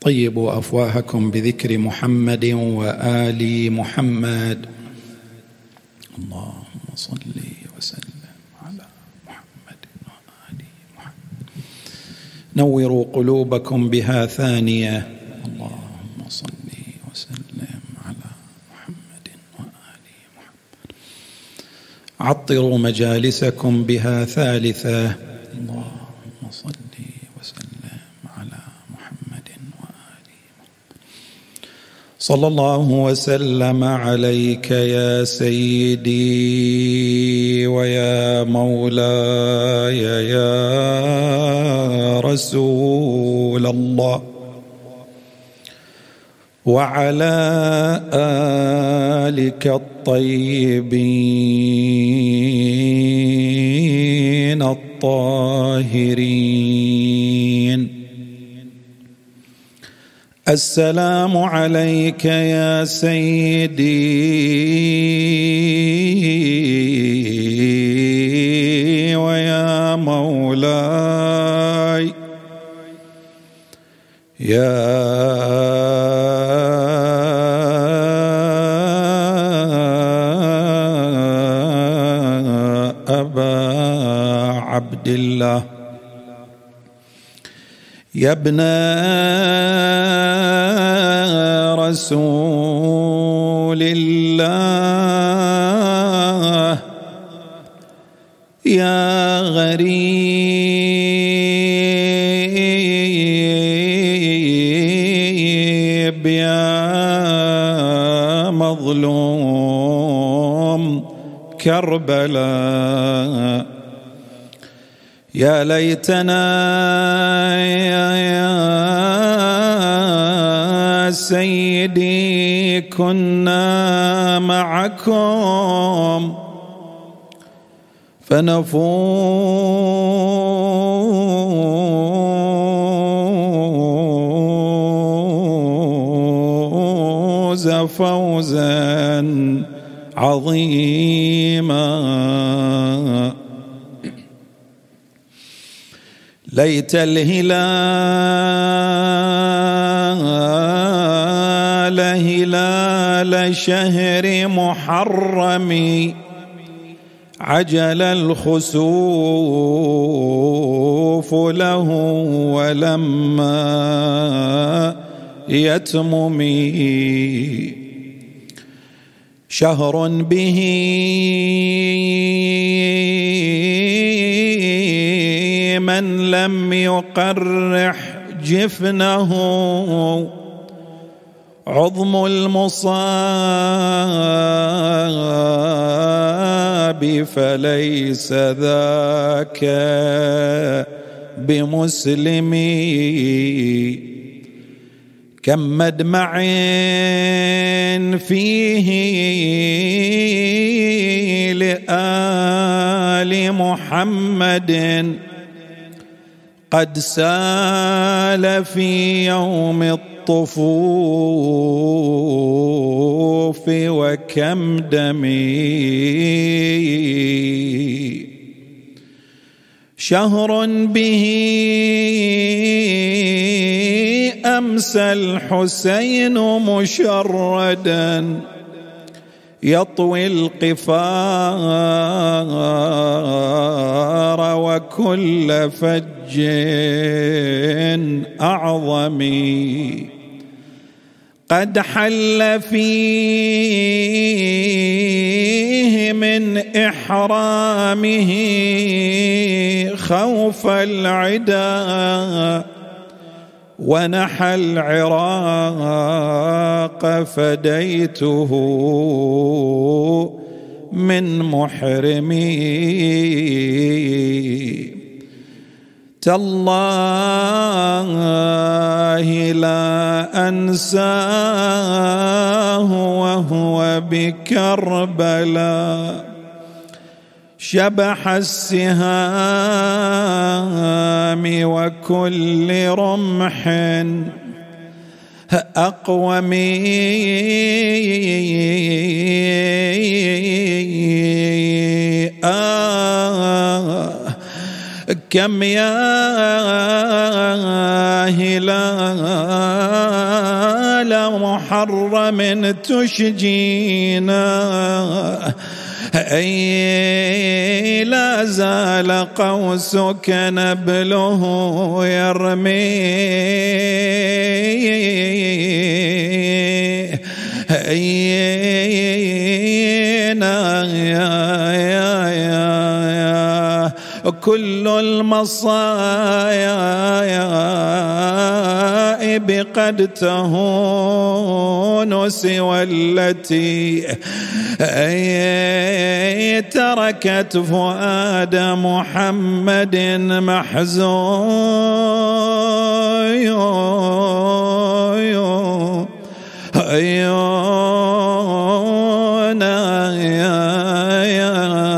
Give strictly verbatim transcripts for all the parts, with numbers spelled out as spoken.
طيبوا أفواهكم بذكر محمد وآل محمد. اللهم صل وسلم على محمد وآل محمد. نوروا قلوبكم بها ثانية. اللهم صل وسلم على محمد وآل محمد. عطروا مجالسكم بها ثالثة. اللهم صل وسلم على محمد وآل محمد. صلى الله وسلم عليك يا سيدي ويا مولاي يا رسول الله، وعلى آلك الطيبين الطاهرين. السلام عليك يا سيدي ويا مولاي يا أبا عبد الله، يا ابن رسول الله، يا غريب يا مظلوم كربلاء، يا ليتنا يا سيدي كنا معكم فنفوز فوزا عظيما. ليت الهلال هلال شهر محرم عجل الخسوف له ولما يتممي، شهر به من لم يقرح جفنه عظم المصاب، فليس ذاك بمسلمي. كم مدمع فيه لآل محمد قد سال في يوم الطفوف، وكم دمي. شهر به أمسى الحسين مشردا يطوي القفار وكل فج أعظمي، قد حل فيه من إحرامه خوف العدا، ونحى العراق فديته من محرمي. تالله لا أنساه وهو بكربلاء شبح السهام وكل رمح أقوم آه كم يا هلال محرم تشجينا، أي لا زال قوسك نبله يرمي، أينا يا يا يا كل المصائب قد تهون سوى التي أي تركت فؤاد محمد محزون، أيونا يا يا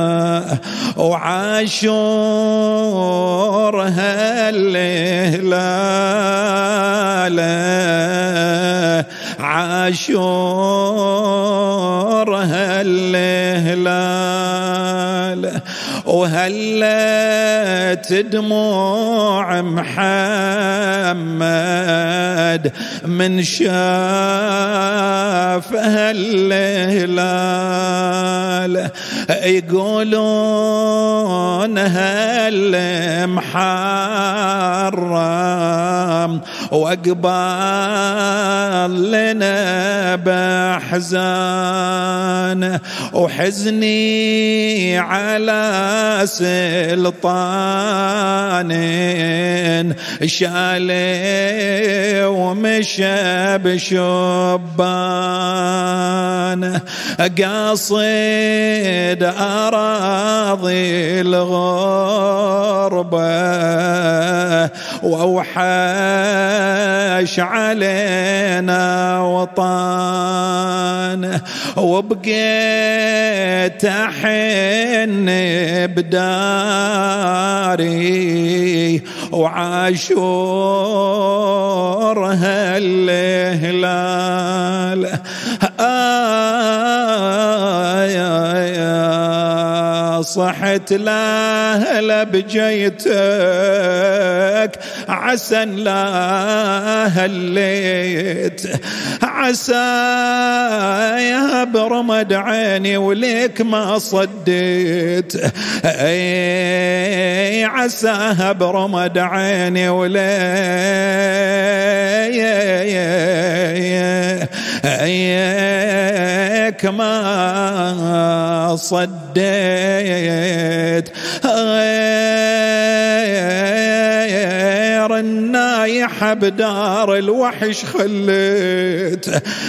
وعاشور هالهلال، عاشور هالهلال، وهلت دموع محمد من شاف هالهلال، يقولون هالمحرم وأقبال لنا بأحزان، وحزني على سلطان شالي ومشى بشبان، قاصد أراضي الغربة وأوحش علينا وطان، وبقيت أحن بداري وعاشور هالهلال، آه يا يا صحت لا هلا بجيتك عسى لا هليت، عسى يا برمد عيني وليك ما صديت، اي عسى برمد عيني وليك ما صديت، غير النايحة بدار الوحش خليت،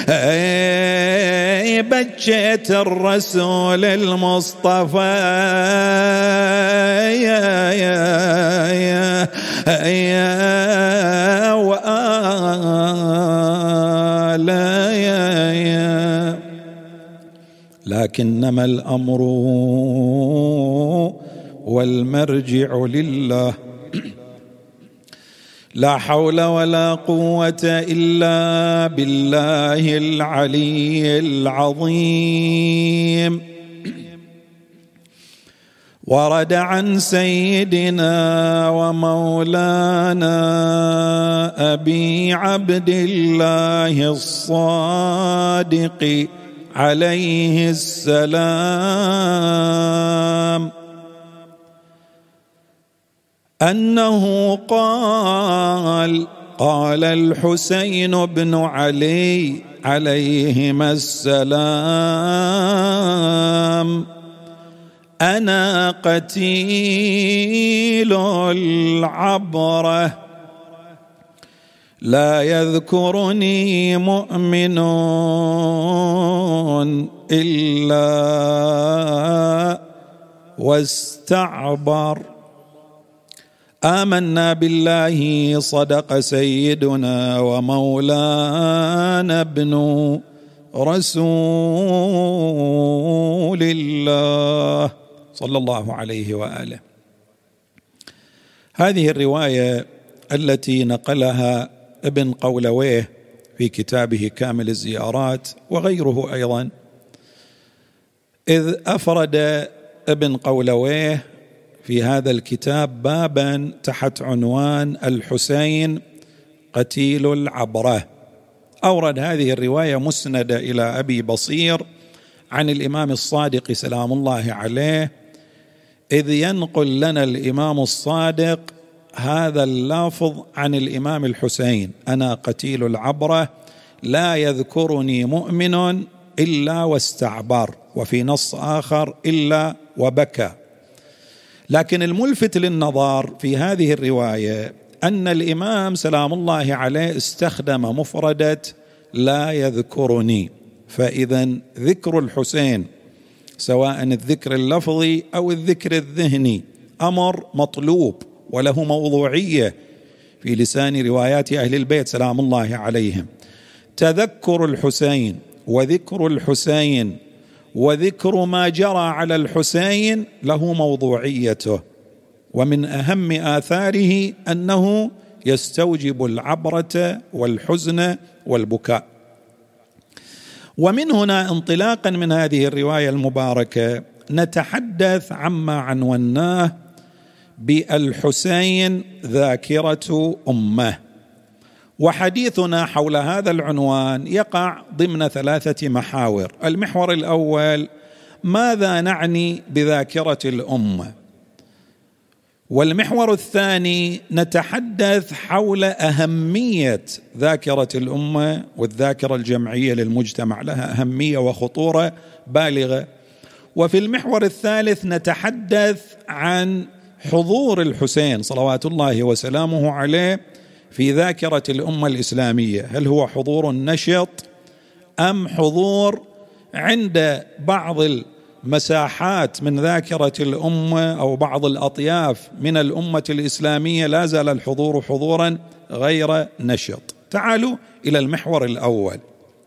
اي بجيت الرسول المصطفى يا يا يا يا وآل يا يا، لكنما الأمر والمرجع لله، لا حول ولا قوة إلا بالله العلي العظيم. ورد عن سيدنا ومولانا أبي عبد الله الصادق عليه السلام أنه قال: قال الحسين بن علي عليهما السلام: أنا قتيل العبرة، لا يذكرني مؤمن إلا واستعبر. آمنا بالله صدق سيدنا ومولانا ابن رسول الله صلى الله عليه وآله. هذه الرواية التي نقلها ابن قولويه في كتابه كامل الزيارات وغيره أيضا، إذ أفرد ابن قولويه في هذا الكتاب بابا تحت عنوان الحسين قتيل العبرة. أورد هذه الرواية مسندة إلى أبي بصير عن الإمام الصادق سلام الله عليه، إذ ينقل لنا الإمام الصادق هذا اللافظ عن الإمام الحسين: أنا قتيل العبرة لا يذكرني مؤمن إلا واستعبر، وفي نص آخر إلا وبكى. لكن الملفت للنظر في هذه الرواية أن الإمام سلام الله عليه استخدم مفردة لا يذكرني، فإذا ذكر الحسين سواء الذكر اللفظي أو الذكر الذهني أمر مطلوب وله موضوعية في لسان روايات أهل البيت سلام الله عليهم. تذكر الحسين وذكر الحسين وذكر ما جرى على الحسين له موضوعيته، ومن أهم آثاره أنه يستوجب العبرة والحزن والبكاء. ومن هنا انطلاقا من هذه الرواية المباركة نتحدث عما عنوناه بالحسين ذاكرة أمه. وحديثنا حول هذا العنوان يقع ضمن ثلاثة محاور. المحور الأول: ماذا نعني بذاكرة الأمة؟ والمحور الثاني: نتحدث حول أهمية ذاكرة الأمة والذاكرة الجمعية للمجتمع، لها أهمية وخطورة بالغة. وفي المحور الثالث نتحدث عن حضور الحسين صلوات الله وسلامه عليه في ذاكرة الأمة الإسلامية، هل هو حضور نشط أم حضور عند بعض المساحات من ذاكرة الأمة أو بعض الأطياف من الأمة الإسلامية لا زال الحضور حضورا غير نشط. تعالوا إلى المحور الأول: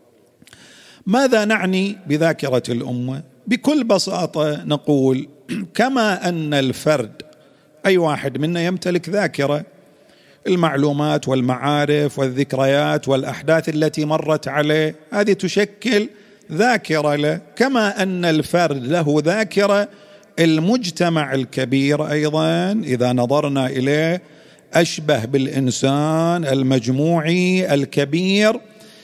ماذا نعني بذاكرة الأمة؟ بكل بساطة نقول كما أن الفرد أي واحد منا يمتلك ذاكرة، المعلومات والمعارف والذكريات والأحداث التي مرت عليه هذه تشكل ذاكرة له، كما أن الفرد له ذاكرة، المجتمع الكبير أيضا إذا نظرنا إليه أشبه بالإنسان المجموعي الكبير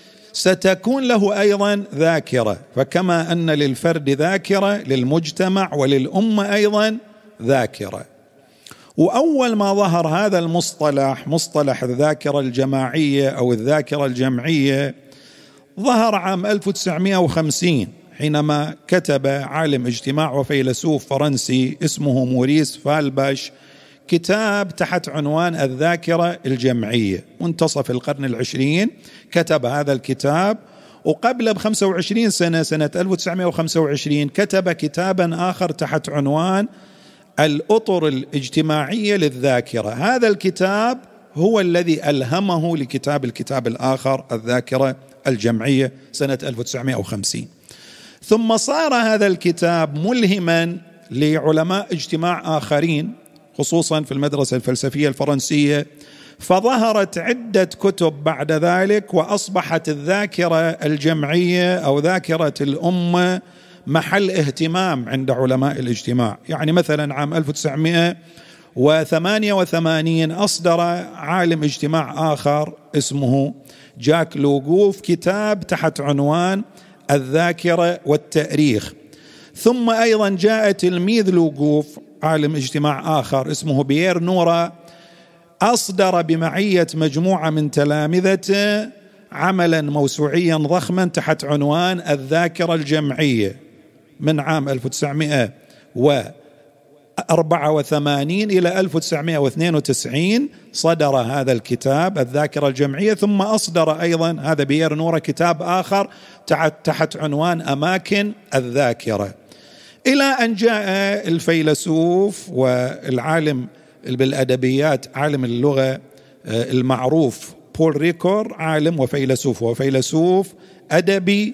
ستكون له أيضا ذاكرة. فكما أن للفرد ذاكرة للمجتمع وللأمة أيضا ذاكرة. وأول ما ظهر هذا المصطلح مصطلح الذاكرة الجماعية أو الذاكرة الجمعية ظهر عام ألف وتسعمائة وخمسين حينما كتب عالم اجتماع وفيلسوف فرنسي اسمه موريس فالباش كتاب تحت عنوان الذاكرة الجمعية. منتصف القرن العشرين كتب هذا الكتاب، وقبل بخمسة وعشرين سنة سنة ألف وتسعمائة وخمسة وعشرين كتب كتابا آخر تحت عنوان الأطر الاجتماعية للذاكرة. هذا الكتاب هو الذي ألهمه لكتاب الكتاب الآخر الذاكرة الجمعية سنة ألف وتسعمائة وخمسين. ثم صار هذا الكتاب ملهما لعلماء اجتماع آخرين خصوصا في المدرسة الفلسفية الفرنسية، فظهرت عدة كتب بعد ذلك وأصبحت الذاكرة الجمعية أو ذاكرة الأمة محل اهتمام عند علماء الاجتماع. يعني مثلا عام ألف وتسعمائة وثمانية وثمانين أصدر عالم اجتماع آخر اسمه جاك لوغوف كتاب تحت عنوان الذاكرة والتاريخ. ثم أيضا جاء تلميذ لوغوف عالم اجتماع آخر اسمه بيير نورا، أصدر بمعية مجموعة من تلامذته عملا موسوعيا ضخما تحت عنوان الذاكرة الجمعية. من عام ألف وتسعمائة وأربعة وثمانين إلى ألف وتسعمائة واثنين وتسعين صدر هذا الكتاب الذاكرة الجمعية. ثم أصدر أيضا هذا بيير نورا كتاب آخر تحت عنوان أماكن الذاكرة، إلى أن جاء الفيلسوف والعالم بالأدبيات عالم اللغة المعروف بول ريكور، عالم وفيلسوف وفيلسوف أدبي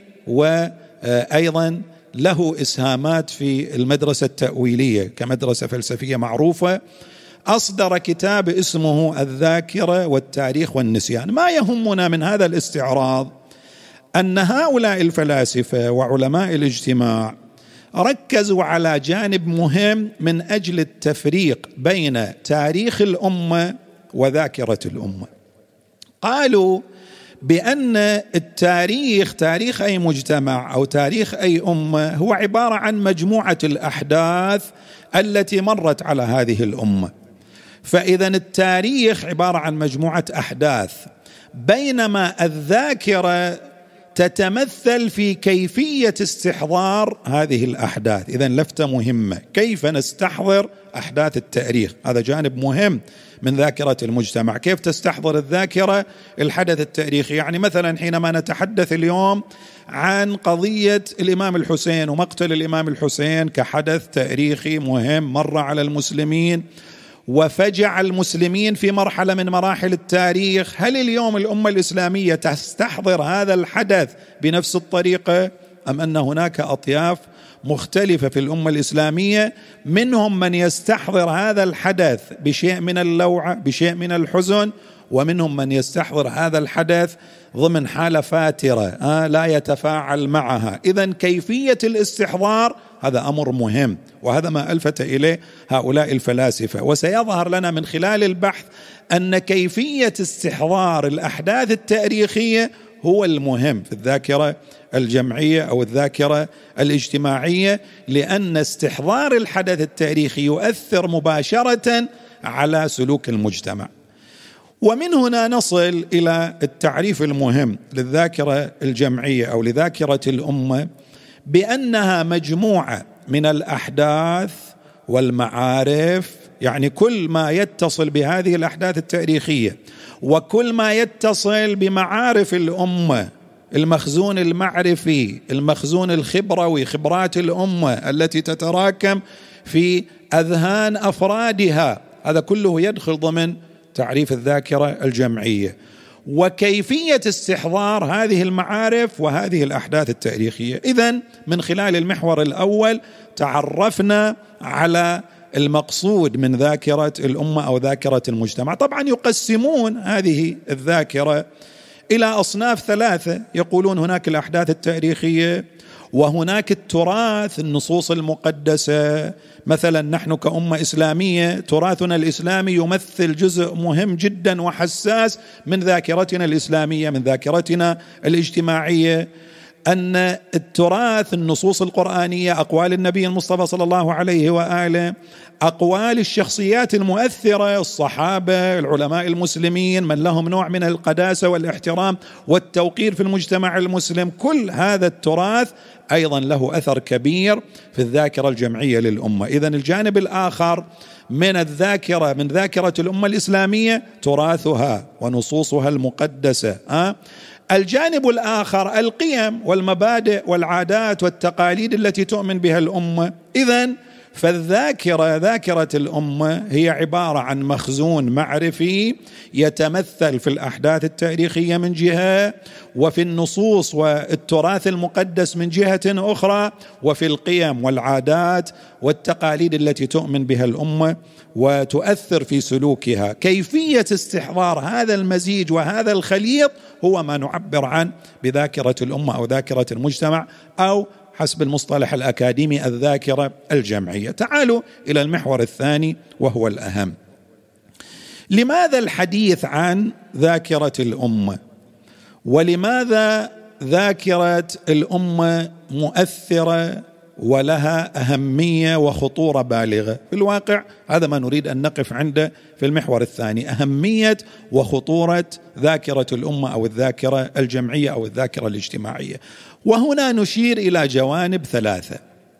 وأيضا له إسهامات في المدرسة التأويلية كمدرسة فلسفية معروفة. أصدر كتاب اسمه الذاكرة والتاريخ والنسيان. ما يهمنا من هذا الاستعراض أن هؤلاء الفلاسفة وعلماء الاجتماع ركزوا على جانب مهم من أجل التفريق بين تاريخ الأمة وذاكرة الأمة. قالوا بأن التاريخ، تاريخ أي مجتمع أو تاريخ أي أمة، هو عبارة عن مجموعة الأحداث التي مرت على هذه الأمة. فإذا التاريخ عبارة عن مجموعة أحداث، بينما الذاكرة تتمثل في كيفية استحضار هذه الأحداث. إذا لفتة مهمة، كيف نستحضر أحداث التاريخ، هذا جانب مهم من ذاكرة المجتمع. كيف تستحضر الذاكرة الحدث التاريخي؟ يعني مثلا حينما نتحدث اليوم عن قضية الإمام الحسين ومقتل الإمام الحسين كحدث تاريخي مهم مر على المسلمين وفجع المسلمين في مرحلة من مراحل التاريخ، هل اليوم الأمة الإسلامية تستحضر هذا الحدث بنفس الطريقة، أم أن هناك أطياف مختلفة في الأمة الإسلامية، منهم من يستحضر هذا الحدث بشيء من اللوعة، بشيء من الحزن، ومنهم من يستحضر هذا الحدث ضمن حالة فاترة آه لا يتفاعل معها. إذن كيفية الاستحضار هذا أمر مهم، وهذا ما ألفت إليه هؤلاء الفلاسفة. وسيظهر لنا من خلال البحث أن كيفية استحضار الأحداث التاريخية هو المهم في الذاكرة الجمعية أو الذاكرة الاجتماعية، لأن استحضار الحدث التاريخي يؤثر مباشرة على سلوك المجتمع. ومن هنا نصل إلى التعريف المهم للذاكرة الجمعية أو لذاكرة الأمة، بأنها مجموعة من الأحداث والمعارف، يعني كل ما يتصل بهذه الأحداث التاريخية وكل ما يتصل بمعارف الأمة، المخزون المعرفي، المخزون الخبروي، خبرات الأمة التي تتراكم في أذهان أفرادها، هذا كله يدخل ضمن تعريف الذاكرة الجمعية. وكيفية استحضار هذه المعارف وهذه الأحداث التاريخية. إذن من خلال المحور الأول تعرفنا على المقصود من ذاكرة الأمة أو ذاكرة المجتمع. طبعا يقسمون هذه الذاكرة إلى أصناف ثلاثة، يقولون هناك الأحداث التاريخية، وهناك التراث، النصوص المقدسة. مثلا نحن كأمة إسلامية تراثنا الإسلامي يمثل جزء مهم جدا وحساس من ذاكرتنا الإسلامية، من ذاكرتنا الاجتماعية، أن التراث، النصوص القرآنية، أقوال النبي المصطفى صلى الله عليه وآله، أقوال الشخصيات المؤثرة، الصحابة، العلماء المسلمين، من لهم نوع من القداسة والاحترام والتوقير في المجتمع المسلم، كل هذا التراث أيضا له أثر كبير في الذاكرة الجمعية للأمة. إذن الجانب الآخر من الذاكرة، من ذاكرة الأمة الإسلامية، تراثها ونصوصها المقدسة. أه؟ الجانب الآخر القيم والمبادئ والعادات والتقاليد التي تؤمن بها الأمة. إذن فالذاكرة، ذاكرة الأمة، هي عبارة عن مخزون معرفي يتمثل في الأحداث التاريخية من جهة، وفي النصوص والتراث المقدس من جهة أخرى، وفي القيم والعادات والتقاليد التي تؤمن بها الأمة وتؤثر في سلوكها. كيفية استحضار هذا المزيج وهذا الخليط هو ما نعبر عنه بذاكرة الأمة أو ذاكرة المجتمع، أو حسب المصطلح الأكاديمي الذاكرة الجمعية. تعالوا إلى المحور الثاني وهو الأهم. لماذا الحديث عن ذاكرة الأمة؟ ولماذا ذاكرة الأمة مؤثرة ولها أهمية وخطورة بالغة؟ في الواقع هذا ما نريد أن نقف عنده في المحور الثاني، أهمية وخطورة ذاكرة الأمة أو الذاكرة الجمعية أو الذاكرة الاجتماعية. وهنا نشير إلى جوانب ثلاثة.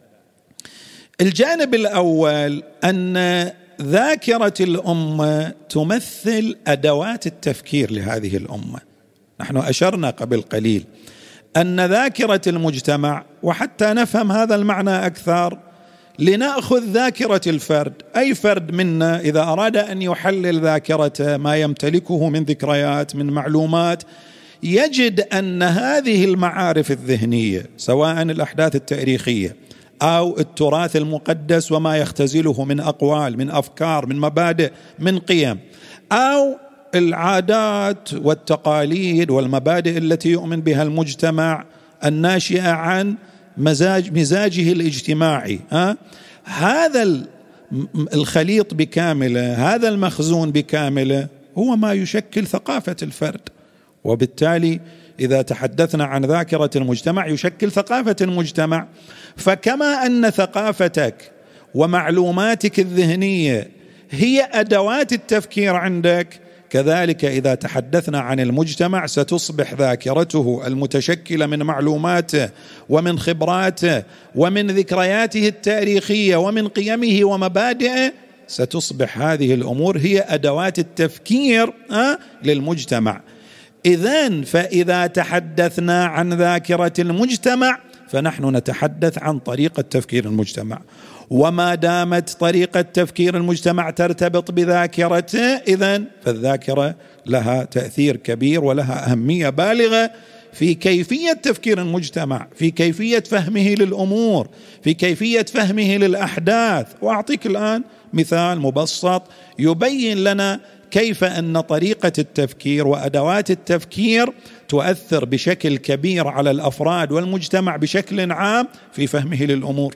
الجانب الأول أن ذاكرة الأمة تمثل أدوات التفكير لهذه الأمة. نحن أشرنا قبل قليل أن ذاكرة المجتمع، وحتى نفهم هذا المعنى أكثر لنأخذ ذاكرة الفرد، أي فرد منا إذا أراد أن يحلل ذاكرته، ما يمتلكه من ذكريات، من معلومات، يجد أن هذه المعارف الذهنية، سواء الأحداث التاريخية أو التراث المقدس وما يختزله من أقوال، من أفكار، من مبادئ، من قيم، أو العادات والتقاليد والمبادئ التي يؤمن بها المجتمع الناشئة عن مزاج مزاجه الاجتماعي. ها هذا الخليط بكامله، هذا المخزون بكامله هو ما يشكل ثقافة الفرد. وبالتالي إذا تحدثنا عن ذاكرة المجتمع يشكل ثقافة المجتمع. فكما أن ثقافتك ومعلوماتك الذهنية هي أدوات التفكير عندك، كذلك إذا تحدثنا عن المجتمع ستصبح ذاكرته المتشكلة من معلوماته ومن خبراته ومن ذكرياته التاريخية ومن قيمه ومبادئه، ستصبح هذه الأمور هي أدوات التفكير للمجتمع. إذن فإذا تحدثنا عن ذاكرة المجتمع فنحن نتحدث عن طريقة تفكير المجتمع، وما دامت طريقة تفكير المجتمع ترتبط بذاكرته إذن فالذاكرة لها تأثير كبير ولها أهمية بالغة في كيفية تفكير المجتمع، في كيفية فهمه للأمور، في كيفية فهمه للأحداث. وأعطيك الآن مثال مبسط يبين لنا كيف أن طريقة التفكير وأدوات التفكير تؤثر بشكل كبير على الأفراد والمجتمع بشكل عام في فهمه للأمور.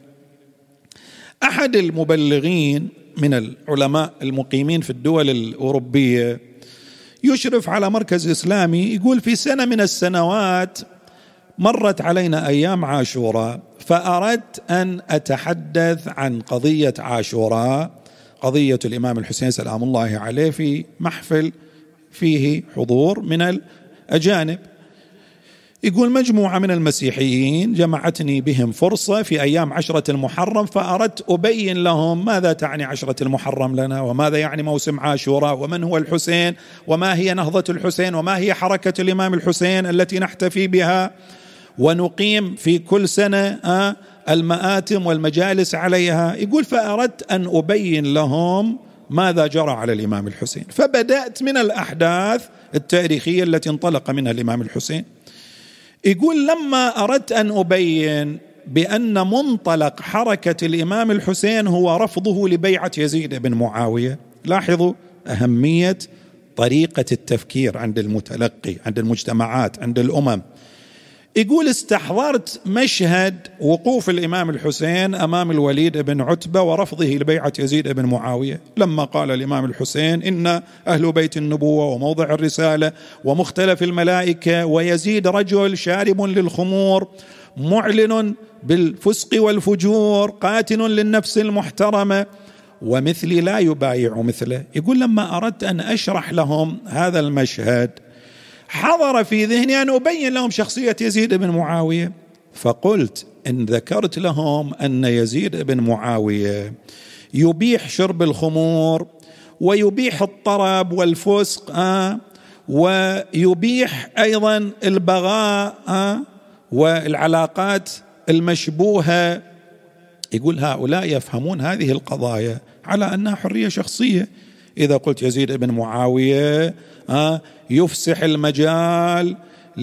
أحد المبلغين من العلماء المقيمين في الدول الأوروبية يشرف على مركز إسلامي، يقول في سنة من السنوات مرت علينا أيام عاشوراء، فأردت أن أتحدث عن قضية عاشوراء، قضية الإمام الحسين سلام الله عليه، في محفل فيه حضور من الأجانب. يقول مجموعة من المسيحيين جمعتني بهم فرصة في أيام عشرة المحرم، فأردت أبين لهم ماذا تعني عشرة المحرم لنا، وماذا يعني موسم عاشوراء، ومن هو الحسين، وما هي نهضة الحسين، وما هي حركة الإمام الحسين التي نحتفي بها ونقيم في كل سنة المآتم والمجالس عليها. يقول فأردت أن أبين لهم ماذا جرى على الإمام الحسين، فبدأت من الأحداث التاريخية التي انطلق منها الإمام الحسين. يقول لما أردت أن أبين بأن منطلق حركة الإمام الحسين هو رفضه لبيعة يزيد بن معاوية، لاحظوا أهمية طريقة التفكير عند المتلقي، عند المجتمعات، عند الأمم. يقول استحضرت مشهد وقوف الإمام الحسين أمام الوليد بن عتبة ورفضه لبيعة يزيد بن معاوية، لما قال الإمام الحسين إن أهل بيت النبوة وموضع الرسالة ومختلف الملائكة، ويزيد رجل شارب للخمور معلن بالفسق والفجور قاتل للنفس المحترمة ومثلي لا يبايع مثله. يقول لما أردت أن أشرح لهم هذا المشهد حضر في ذهني أن أبين لهم شخصية يزيد بن معاوية، فقلت إن ذكرت لهم أن يزيد بن معاوية يبيح شرب الخمور ويبيح الطرب والفسق آه ويبيح أيضا البغاء آه والعلاقات المشبوهة، يقول هؤلاء يفهمون هذه القضايا على أنها حرية شخصية. إذا قلت يزيد بن معاوية آه يفسح المجال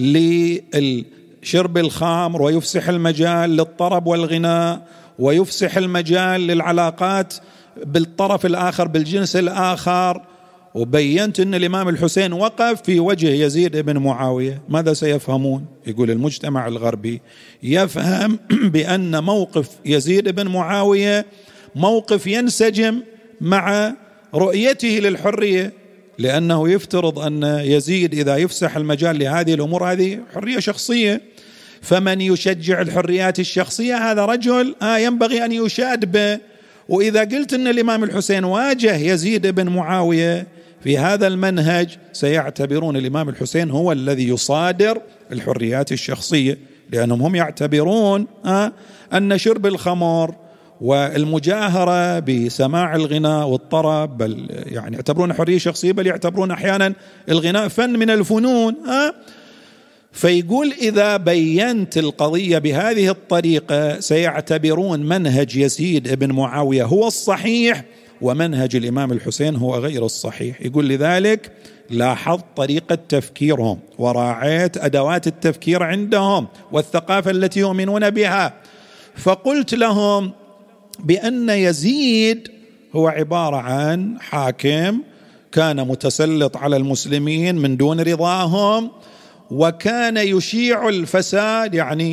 لشرب الخمر ويفسح المجال للطرب والغناء ويفسح المجال للعلاقات بالطرف الآخر بالجنس الآخر، وبينت أن الإمام الحسين وقف في وجه يزيد بن معاوية، ماذا سيفهمون؟ يقول المجتمع الغربي يفهم بأن موقف يزيد بن معاوية موقف ينسجم مع رؤيته للحرية، لأنه يفترض أن يزيد إذا يفسح المجال لهذه الأمور هذه حرية شخصية، فمن يشجع الحريات الشخصية هذا رجل آه ينبغي أن يشاد به. وإذا قلت أن الإمام الحسين واجه يزيد بن معاوية في هذا المنهج سيعتبرون الإمام الحسين هو الذي يصادر الحريات الشخصية، لأنهم هم يعتبرون آه أن شرب الخمر والمجاهرة بسماع الغناء والطرب بل يعني يعتبرون حرية شخصية، بل يعتبرون أحيانا الغناء فن من الفنون آه فيقول إذا بينت القضية بهذه الطريقة سيعتبرون منهج يزيد بن معاوية هو الصحيح ومنهج الإمام الحسين هو غير الصحيح. يقول لذلك لاحظت طريقة تفكيرهم وراعيت أدوات التفكير عندهم والثقافة التي يؤمنون بها، فقلت لهم بأن يزيد هو عبارة عن حاكم كان متسلط على المسلمين من دون رضاهم، وكان يشيع الفساد يعني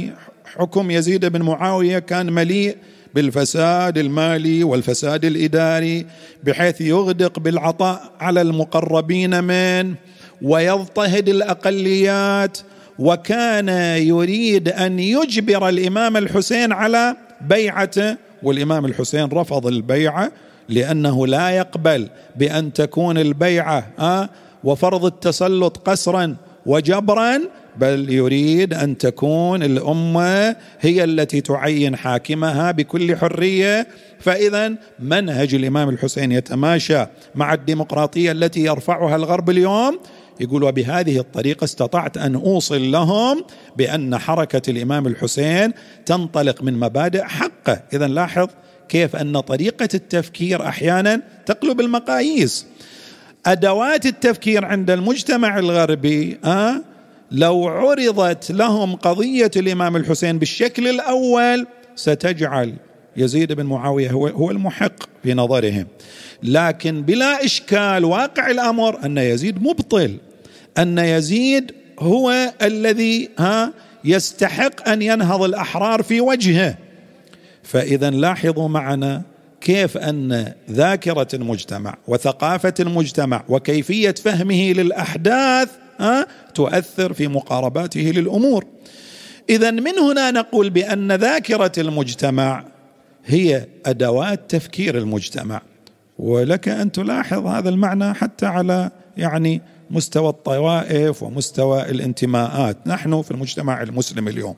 حكم يزيد بن معاوية كان مليء بالفساد المالي والفساد الإداري، بحيث يغدق بالعطاء على المقربين منه ويضطهد الأقليات، وكان يريد أن يجبر الإمام الحسين على بيعته، والإمام الحسين رفض البيعة لأنه لا يقبل بأن تكون البيعة آه وفرض التسلط قسرا وجبرا، بل يريد أن تكون الأمة هي التي تعين حاكمها بكل حرية. فإذا منهج الإمام الحسين يتماشى مع الديمقراطية التي يرفعها الغرب اليوم. يقول وبهذه الطريقة استطعت أن أوصل لهم بأن حركة الإمام الحسين تنطلق من مبادئ حقه. إذا لاحظ كيف أن طريقة التفكير أحيانا تقلب المقاييس. أدوات التفكير عند المجتمع الغربي آه لو عرضت لهم قضية الإمام الحسين بالشكل الأول ستجعل يزيد بن معاوية هو, هو المحق في نظرهم، لكن بلا إشكال واقع الأمر أن يزيد مبطل، أن يزيد هو الذي ها يستحق أن ينهض الأحرار في وجهه. فإذا لاحظوا معنا كيف أن ذاكرة المجتمع وثقافة المجتمع وكيفية فهمه للأحداث ها تؤثر في مقارباته للأمور. إذا من هنا نقول بأن ذاكرة المجتمع هي أدوات تفكير المجتمع، ولك أن تلاحظ هذا المعنى حتى على يعني مستوى الطوائف ومستوى الانتماءات. نحن في المجتمع المسلم اليوم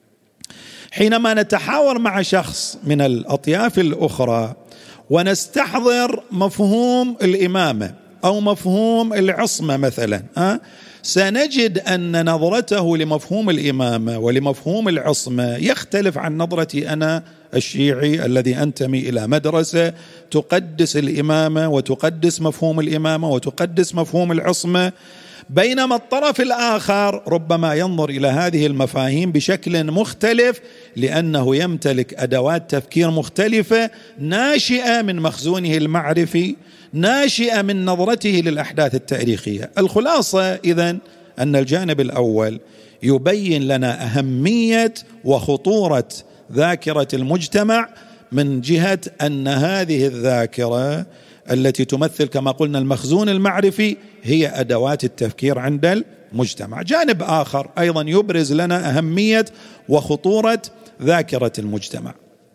حينما نتحاور مع شخص من الأطياف الأخرى ونستحضر مفهوم الإمامة أو مفهوم العصمة مثلا أه؟ سنجد أن نظرته لمفهوم الإمامة ولمفهوم العصمة يختلف عن نظرتي أنا الشيعي الذي أنتمي إلى مدرسة تقدس الإمامة وتقدس مفهوم الإمامة وتقدس مفهوم العصمة، بينما الطرف الآخر ربما ينظر إلى هذه المفاهيم بشكل مختلف لأنه يمتلك أدوات تفكير مختلفة ناشئة من مخزونه المعرفي، ناشئة من نظرته للأحداث التاريخية. الخلاصة إذن أن الجانب الأول يبين لنا أهمية وخطورة ذاكرة المجتمع من جهة أن هذه الذاكرة التي تمثل كما قلنا المخزون المعرفي هي أدوات التفكير عند المجتمع. جانب آخر أيضا يبرز لنا أهمية وخطورة ذاكرة المجتمع،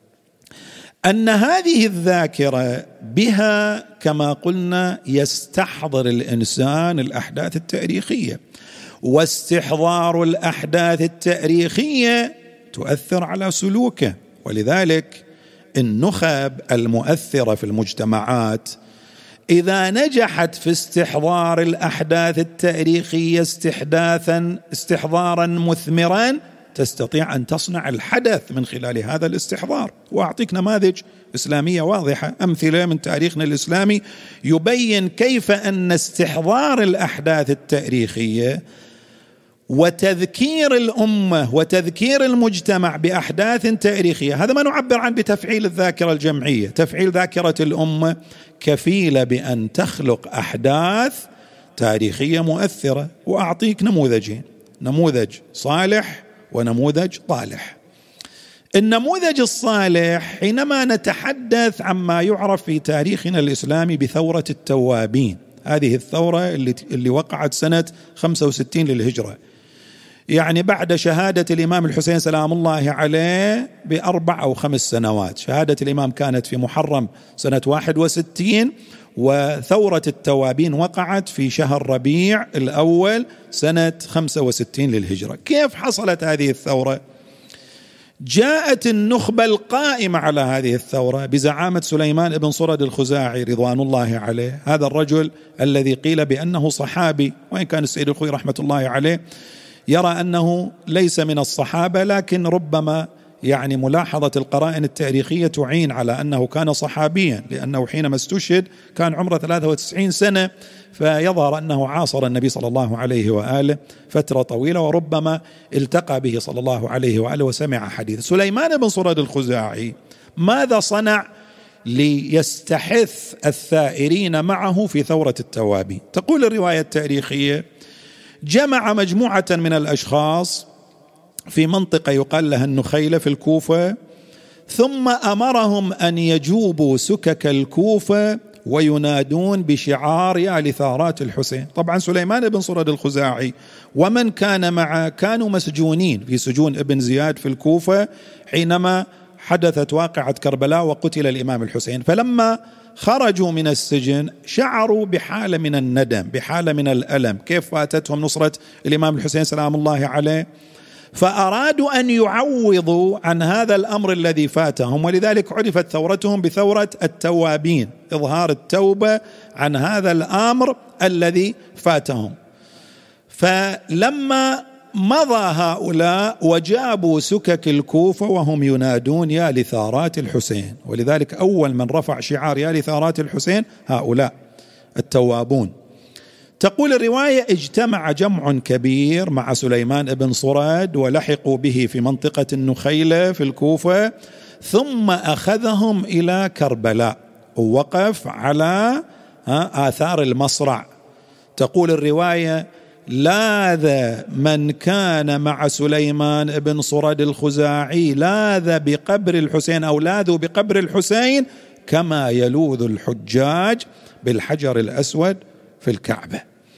أن هذه الذاكرة بها كما قلنا يستحضر الإنسان الأحداث التاريخية، واستحضار الأحداث التاريخية تؤثر على سلوكه. ولذلك النخب المؤثرة في المجتمعات إذا نجحت في استحضار الأحداث التاريخية استحداثا استحضارا مثمرا تستطيع أن تصنع الحدث من خلال هذا الاستحضار. وأعطيك نماذج إسلامية واضحة، أمثلة من تاريخنا الإسلامي يبين كيف أن استحضار الأحداث التاريخية وتذكير الأمة وتذكير المجتمع بأحداث تاريخية، هذا ما نعبر عنه بتفعيل الذاكرة الجمعية. تفعيل ذاكرة الأمة كفيلة بأن تخلق أحداث تاريخية مؤثرة. وأعطيك نموذجين، نموذج صالح ونموذج طالح. النموذج الصالح حينما نتحدث عما يعرف في تاريخنا الإسلامي بثورة التوابين، هذه الثورة اللي, اللي وقعت سنة خمسة وستين للهجرة، يعني بعد شهادة الإمام الحسين سلام الله عليه بأربع أو خمس سنوات. شهادة الإمام كانت في محرم سنة واحد وستين، وثورة التوابين وقعت في شهر ربيع الأول سنة خمسة وستين للهجرة. كيف حصلت هذه الثورة؟ جاءت النخبة القائمة على هذه الثورة بزعامة سليمان بن صرد الخزاعي رضوان الله عليه، هذا الرجل الذي قيل بأنه صحابي، وإن كان السيد الخوي رحمة الله عليه يرى أنه ليس من الصحابة، لكن ربما يعني ملاحظة القرائن التاريخية تعين على أنه كان صحابيا، لأنه حينما استشهد كان عمره ثلاثة وتسعين سنة، فيظهر أنه عاصر النبي صلى الله عليه وآله فترة طويلة، وربما التقى به صلى الله عليه وآله وسمع حديث. سليمان بن صرد الخزاعي ماذا صنع ليستحث الثائرين معه في ثورة التوابين؟ تقول الرواية التاريخية: جمع مجموعة من الأشخاص في منطقة يقال لها النخيلة في الكوفة، ثم أمرهم أن يجوبوا سكك الكوفة وينادون بشعار يا لثارات الحسين. طبعا سليمان بن صرد الخزاعي ومن كان معه كانوا مسجونين في سجون ابن زياد في الكوفة حينما حدثت واقعة كربلاء وقتل الإمام الحسين، فلما خرجوا من السجن شعروا بحالة من الندم، بحالة من الألم، كيف فاتتهم نصرة الإمام الحسين سلام الله عليه، فأرادوا أن يعوضوا عن هذا الأمر الذي فاتهم، ولذلك عرفت ثورتهم بثورة التوابين، إظهار التوبة عن هذا الأمر الذي فاتهم. فلما مضى هؤلاء وجابوا سكك الكوفة وهم ينادون يا لثارات الحسين، ولذلك أول من رفع شعار يا لثارات الحسين هؤلاء التوابون. تقول الرواية اجتمع جمع كبير مع سليمان بن صرد ولحقوا به في منطقة النخيلة في الكوفة، ثم أخذهم إلى كربلاء ووقف على آثار المصرع. تقول الرواية لاذ من كان مع سليمان بن صرد الخزاعي، لاذ بقبر الحسين أو لاذوا بقبر الحسين كما يلوذ الحجاج بالحجر الأسود في الكعبة.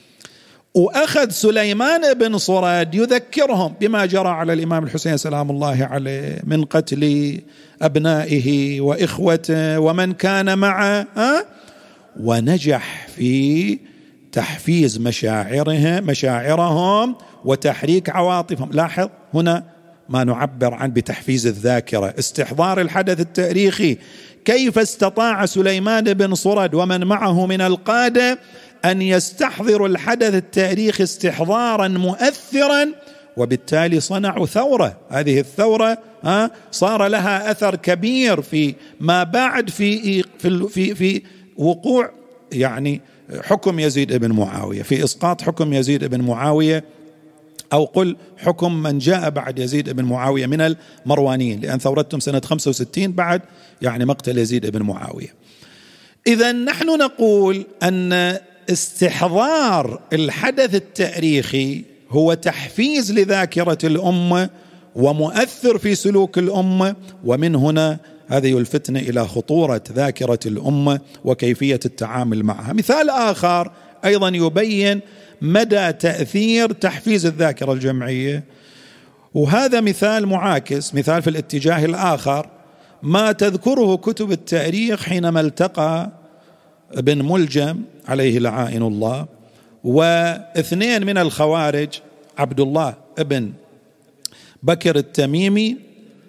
وأخذ سليمان بن صرد يذكرهم بما جرى على الإمام الحسين سلام الله عليه من قتل أبنائه وإخوته ومن كان معه، ونجح في تحفيز مشاعرهم مشاعرهم وتحريك عواطفهم. لاحظ هنا ما نعبر عن بتحفيز الذاكرة، استحضار الحدث التاريخي. كيف استطاع سليمان بن صرد ومن معه من القادة أن يستحضروا الحدث التاريخي استحضارا مؤثرا، وبالتالي صنعوا ثورة. هذه الثورة ها صار لها أثر كبير في ما بعد في في في, في وقوع يعني حكم يزيد بن معاوية، في إسقاط حكم يزيد بن معاوية، أو قل حكم من جاء بعد يزيد بن معاوية من المروانيين، لأن ثورتهم سنة خمسة وستين بعد يعني مقتل يزيد بن معاوية. إذن نحن نقول أن استحضار الحدث التاريخي هو تحفيز لذاكرة الأمة ومؤثر في سلوك الأمة، ومن هنا هذا يلفتنا إلى خطورة ذاكرة الأمة وكيفية التعامل معها. مثال آخر أيضا يبين مدى تأثير تحفيز الذاكرة الجمعية، وهذا مثال معاكس، مثال في الاتجاه الآخر، ما تذكره كتب التاريخ حينما التقى ابن ملجم عليه لعائن الله واثنين من الخوارج، عبد الله ابن بكر التميمي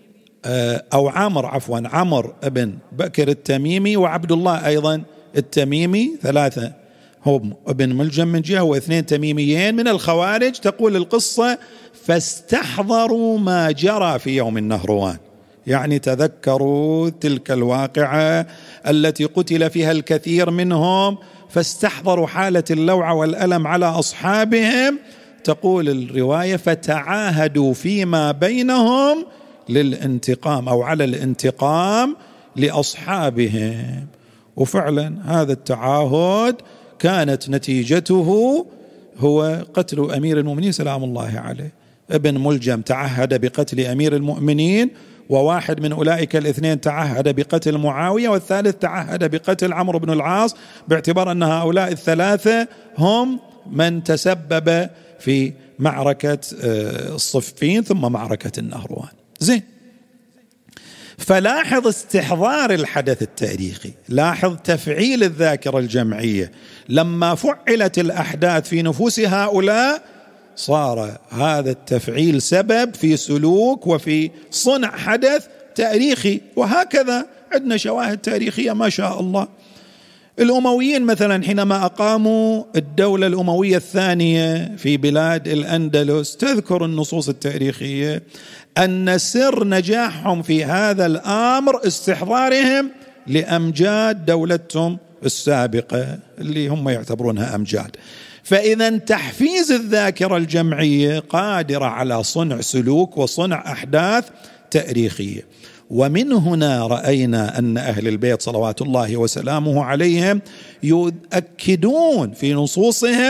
أو عمر عفوا عمر ابن بكر التميمي وعبد الله أيضا التميمي، ثلاثة هم ابن ملجم من جهة واثنين تميميين من الخوارج. تقول القصة فاستحضروا ما جرى في يوم النهروان، يعني تذكروا تلك الواقعة التي قتل فيها الكثير منهم، فاستحضروا حالة اللوعة والألم على أصحابهم. تقول الرواية فتعاهدوا فيما بينهم للانتقام أو على الانتقام لأصحابهم، وفعلا هذا التعاهد كانت نتيجته هو قتل أمير المؤمنين سلام الله عليه. ابن ملجم تعهد بقتل أمير المؤمنين، وواحد من أولئك الاثنين تعهد بقتل معاوية، والثالث تعهد بقتل عمرو بن العاص، باعتبار أن هؤلاء الثلاثة هم من تسبب في معركة الصفين ثم معركة النهروان. زين، فلاحظ استحضار الحدث التاريخي، لاحظ تفعيل الذاكرة الجمعية. لما فعلت الأحداث في نفوس هؤلاء صار هذا التفعيل سبب في سلوك وفي صنع حدث تاريخي. وهكذا عندنا شواهد تاريخية ما شاء الله. الأمويين مثلا حينما أقاموا الدولة الأموية الثانية في بلاد الأندلس، تذكر النصوص التاريخية أن سر نجاحهم في هذا الأمر استحضارهم لأمجاد دولتهم السابقة اللي هم يعتبرونها أمجاد. فإذا تحفيز الذاكرة الجمعية قادرة على صنع سلوك وصنع أحداث تاريخية. ومن هنا رأينا أن أهل البيت صلوات الله وسلامه عليهم يؤكدون في نصوصهم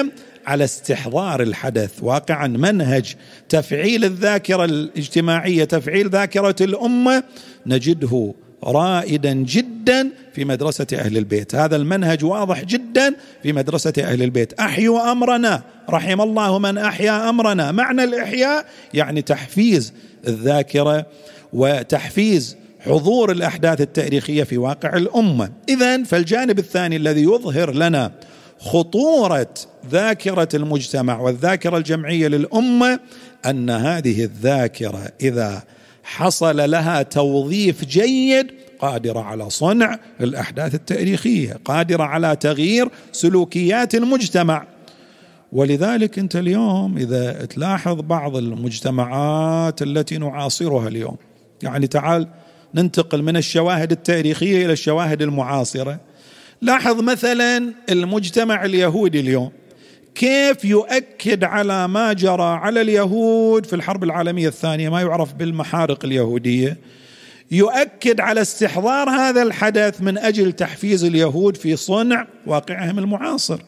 على استحضار الحدث. واقعا منهج تفعيل الذاكرة الاجتماعية، تفعيل ذاكرة الأمة، نجده رائدا جدا في مدرسة أهل البيت. هذا المنهج واضح جدا في مدرسة أهل البيت. أحيوا أمرنا، رحم الله من أحيا أمرنا. معنى الإحياء يعني تحفيز الذاكرة وتحفيز حضور الأحداث التاريخية في واقع الأمة. إذن فالجانب الثاني الذي يظهر لنا خطورة ذاكرة المجتمع والذاكرة الجمعية للأمة أن هذه الذاكرة إذا حصل لها توظيف جيد قادرة على صنع الأحداث التاريخية، قادرة على تغيير سلوكيات المجتمع. ولذلك أنت اليوم إذا تلاحظ بعض المجتمعات التي نعاصرها اليوم، يعني تعال ننتقل من الشواهد التاريخية إلى الشواهد المعاصرة. لاحظ مثلا المجتمع اليهودي اليوم كيف يؤكد على ما جرى على اليهود في الحرب العالمية الثانية، ما يعرف بالمحارق اليهودية، يؤكد على استحضار هذا الحدث من أجل تحفيز اليهود في صنع واقعهم المعاصر.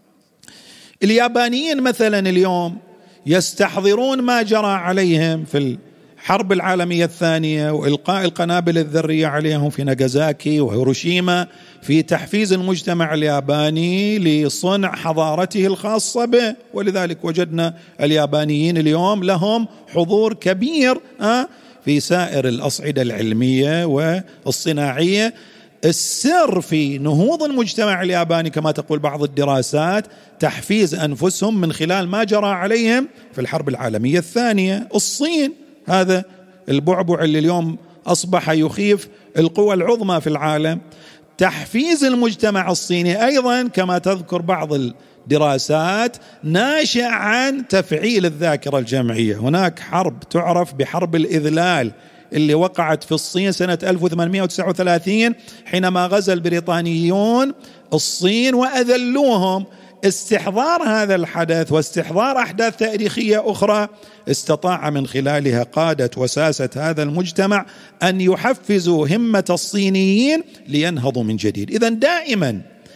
اليابانيين مثلا اليوم يستحضرون ما جرى عليهم في الحرب العالمية الثانية وإلقاء القنابل الذرية عليهم في ناغازاكي وهيروشيما في تحفيز المجتمع الياباني لصنع حضارته الخاصة به. ولذلك وجدنا اليابانيين اليوم لهم حضور كبير في سائر الأصعدة العلمية والصناعية. السر في نهوض المجتمع الياباني كما تقول بعض الدراسات تحفيز أنفسهم من خلال ما جرى عليهم في الحرب العالمية الثانية. الصين، هذا البعبع اللي اليوم أصبح يخيف القوى العظمى في العالم، تحفيز المجتمع الصيني أيضا كما تذكر بعض الدراسات ناشئ عن تفعيل الذاكرة الجمعية. هناك حرب تعرف بحرب الإذلال اللي وقعت في الصين سنة ألف وثمانمائة وتسعة وثلاثين حينما غزا البريطانيون الصين وأذلوهم. استحضار هذا الحدث واستحضار أحداث تاريخية أخرى استطاع من خلالها قادة وساسة هذا المجتمع أن يحفزوا همة الصينيين لينهضوا من جديد. إذن دائما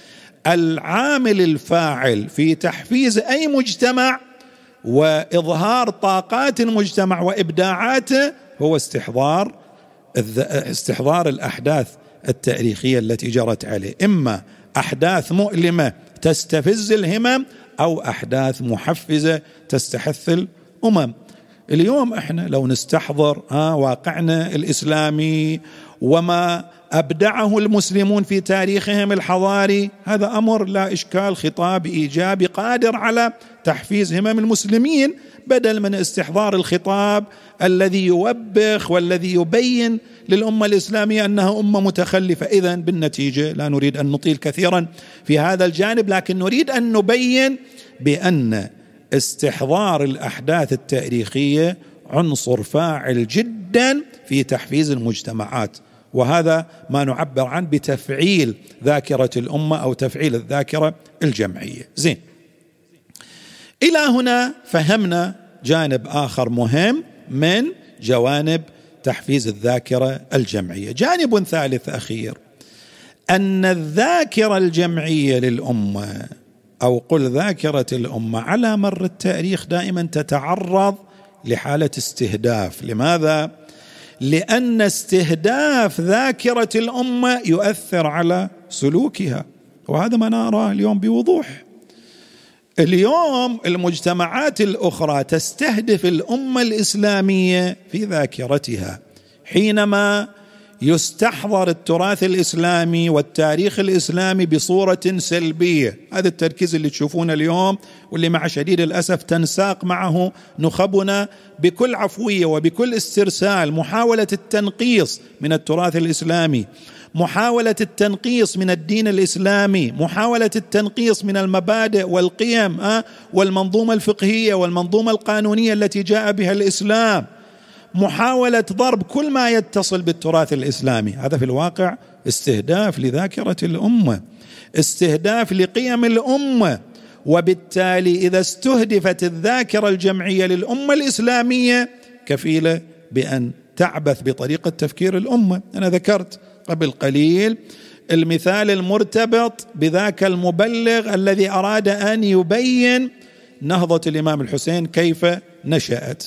العامل الفاعل في تحفيز أي مجتمع وإظهار طاقات المجتمع وإبداعاته هو استحضار استحضار الأحداث التاريخية التي جرت عليه، إما أحداث مؤلمة تستفز الهمم أو أحداث محفزة تستحث الأمم. اليوم إحنا لو نستحضر ها واقعنا الإسلامي وما أبدعه المسلمون في تاريخهم الحضاري، هذا أمر لا إشكال، خطاب إيجابي قادر على تحفيز همم المسلمين، بدل من استحضار الخطاب الذي يوبخ والذي يبين للأمة الإسلامية أنها أمة متخلفة. إذن بالنتيجة لا نريد أن نطيل كثيرا في هذا الجانب، لكن نريد أن نبين بأن استحضار الأحداث التاريخية عنصر فاعل جدا في تحفيز المجتمعات، وهذا ما نعبر عنه بتفعيل ذاكرة الأمة أو تفعيل الذاكرة الجمعية. زين، إلى هنا فهمنا جانب آخر مهم من جوانب تحفيز الذاكرة الجمعية. جانب ثالث أخير، أن الذاكرة الجمعية للأمة أو قل ذاكرة الأمة على مر التاريخ دائما تتعرض لحالة استهداف. لماذا؟ لأن استهداف ذاكرة الأمة يؤثر على سلوكها، وهذا ما نراه اليوم بوضوح. اليوم المجتمعات الأخرى تستهدف الأمة الإسلامية في ذاكرتها حينما يستحضر التراث الإسلامي والتاريخ الإسلامي بصورة سلبية. هذا التركيز اللي تشوفونه اليوم واللي مع شديد الأسف تنساق معه نخبنا بكل عفوية وبكل استرسال، محاولة التنقيص من التراث الإسلامي، محاولة التنقيص من الدين الإسلامي، محاولة التنقيص من المبادئ والقيم والمنظومة الفقهية والمنظومة القانونية التي جاء بها الإسلام، محاولة ضرب كل ما يتصل بالتراث الإسلامي. هذا في الواقع استهداف لذاكرة الأمة، استهداف لقيم الأمة. وبالتالي إذا استهدفت الذاكرة الجمعية للأمة الإسلامية كفيلة بأن تعبث بطريقة تفكير الأمة. أنا ذكرت قبل قليل المثال المرتبط بذاك المبلغ الذي أراد أن يبين نهضة الإمام الحسين كيف نشأت.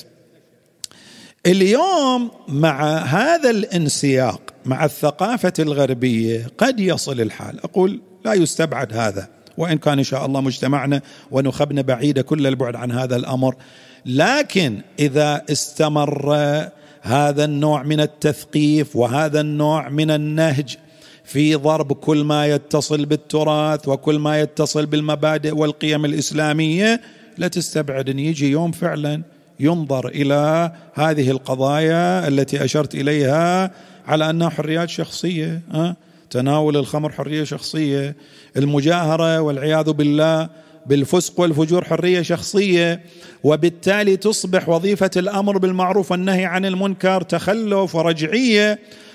اليوم مع هذا الانسياق مع الثقافة الغربية قد يصل الحال، أقول لا يستبعد هذا، وإن كان إن شاء الله مجتمعنا ونخبنا بعيدة كل البعد عن هذا الأمر، لكن إذا استمر هذا النوع من التثقيف وهذا النوع من النهج في ضرب كل ما يتصل بالتراث وكل ما يتصل بالمبادئ والقيم الإسلامية، لا تستبعد أن يجي يوم فعلا ينظر إلى هذه القضايا التي أشرت إليها على أنها حريات شخصية. أه؟ تناول الخمر حرية شخصية، المجاهرة والعياذ بالله بالفسق والفجور حرية شخصية، وبالتالي تصبح وظيفة الأمر بالمعروف والنهي عن المنكر تخلف ورجعية.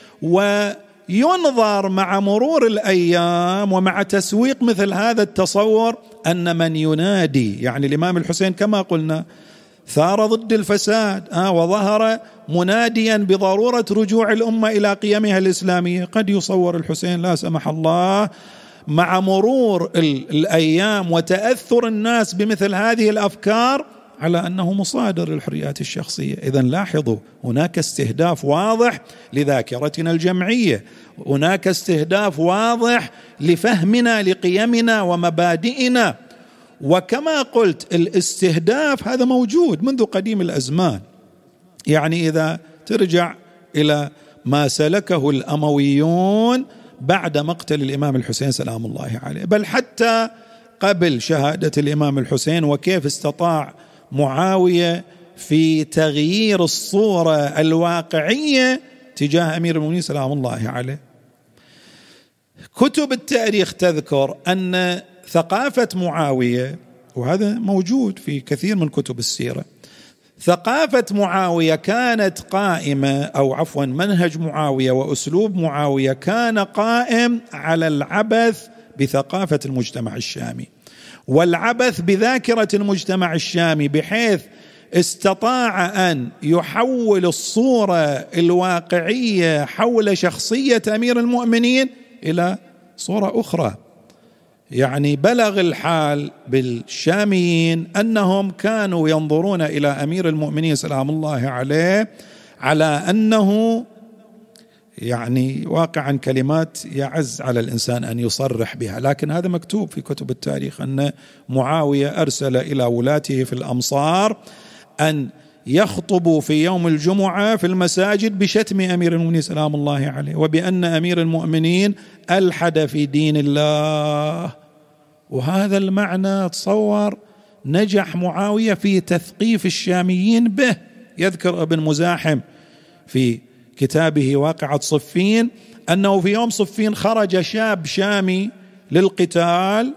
وينظر مع مرور الأيام ومع تسويق مثل هذا التصور أن من ينادي، يعني الإمام الحسين كما قلنا ثار ضد الفساد آه وظهر مناديا بضرورة رجوع الأمة إلى قيمها الإسلامية، قد يصور الحسين لا سمح الله مع مرور الأيام وتأثر الناس بمثل هذه الأفكار على أنه مصادر للحريات الشخصية. إذن لاحظوا هناك استهداف واضح لذاكرتنا الجمعية، هناك استهداف واضح لفهمنا لقيمنا ومبادئنا. وكما قلت الاستهداف هذا موجود منذ قديم الأزمان، يعني إذا ترجع إلى ما سلكه الأمويون بعد مقتل الإمام الحسين سلام الله عليه، بل حتى قبل شهادة الإمام الحسين، وكيف استطاع معاوية في تغيير الصورة الواقعية تجاه أمير المؤمنين سلام الله عليه. كتب التاريخ تذكر أن ثقافة معاوية، وهذا موجود في كثير من كتب السيرة، ثقافة معاوية كانت قائمة، أو عفوا منهج معاوية وأسلوب معاوية كان قائم على العبث بثقافة المجتمع الشامي والعبث بذاكرة المجتمع الشامي، بحيث استطاع أن يحول الصورة الواقعية حول شخصية أمير المؤمنين إلى صورة أخرى. يعني بلغ الحال بالشاميين أنهم كانوا ينظرون إلى أمير المؤمنين سلام الله عليه على أنه يعني واقعا كلمات يعز على الإنسان أن يصرح بها، لكن هذا مكتوب في كتب التاريخ أن معاوية أرسل إلى ولاته في الأمصار أن يخطبوا في يوم الجمعة في المساجد بشتم أمير المؤمنين سلام الله عليه، وبأن أمير المؤمنين ألحد في دين الله. وهذا المعنى تصور نجح معاوية في تثقيف الشاميين به. يذكر ابن مزاحم في كتابه واقعة صفين أنه في يوم صفين خرج شاب شامي للقتال،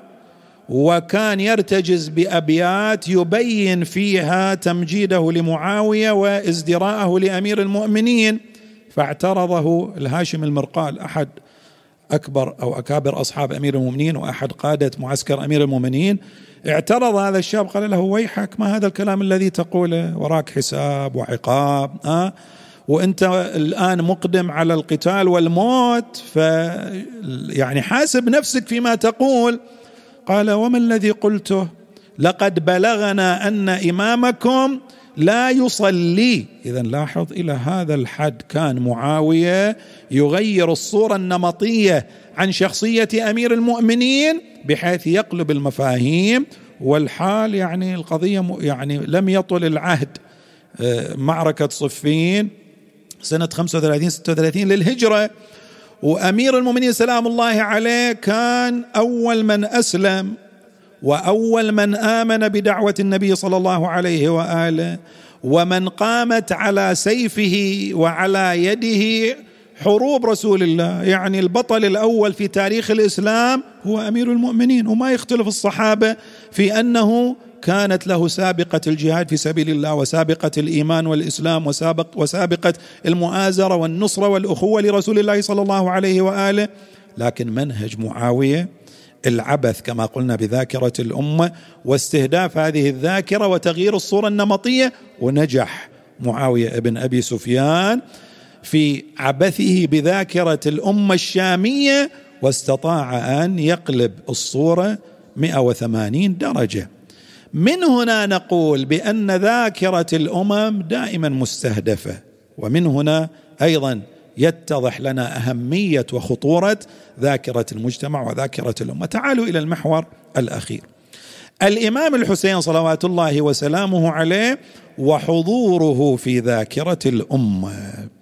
وكان يرتجز بأبيات يبين فيها تمجيده لمعاوية وازدراءه لأمير المؤمنين، فاعترضه الهاشم المرقال أحد أكبر أو أكابر أصحاب أمير المؤمنين وأحد قادة معسكر أمير المؤمنين، اعترض هذا الشاب قال له ويحك، ما هذا الكلام الذي تقوله؟ وراك حساب وعقاب أه؟ وأنت الآن مقدم على القتال والموت، ف يعني حاسب نفسك فيما تقول. قال وما الذي قلته؟ لقد بلغنا أن إمامكم لا يصلي. إذن لاحظ إلى هذا الحد كان معاوية يغير الصورة النمطية عن شخصية أمير المؤمنين بحيث يقلب المفاهيم والحال. يعني القضية يعني لم يطل العهد، معركة صفين سنة خمسة وثلاثين ستة وثلاثين للهجرة، وأمير المؤمنين سلام الله عليه كان أول من أسلم وأول من آمن بدعوة النبي صلى الله عليه وآله، ومن قامت على سيفه وعلى يده حروب رسول الله. يعني البطل الأول في تاريخ الإسلام هو أمير المؤمنين، وما يختلف الصحابة في أنه كانت له سابقة الجهاد في سبيل الله وسابقة الإيمان والإسلام وسابق وسابقة المؤازرة والنصرة والأخوة لرسول الله صلى الله عليه وآله. لكن منهج معاوية العبث كما قلنا بذاكرة الأمة واستهداف هذه الذاكرة وتغيير الصورة النمطية، ونجح معاوية ابن أبي سفيان في عبثه بذاكرة الأمة الشامية، واستطاع أن يقلب الصورة مئة وثمانين درجة. من هنا نقول بأن ذاكرة الأمم دائما مستهدفة، ومن هنا أيضا يتضح لنا أهمية وخطورة ذاكرة المجتمع وذاكرة الأمة. تعالوا إلى المحور الأخير، الإمام الحسين صلوات الله وسلامه عليه وحضوره في ذاكرة الأمة.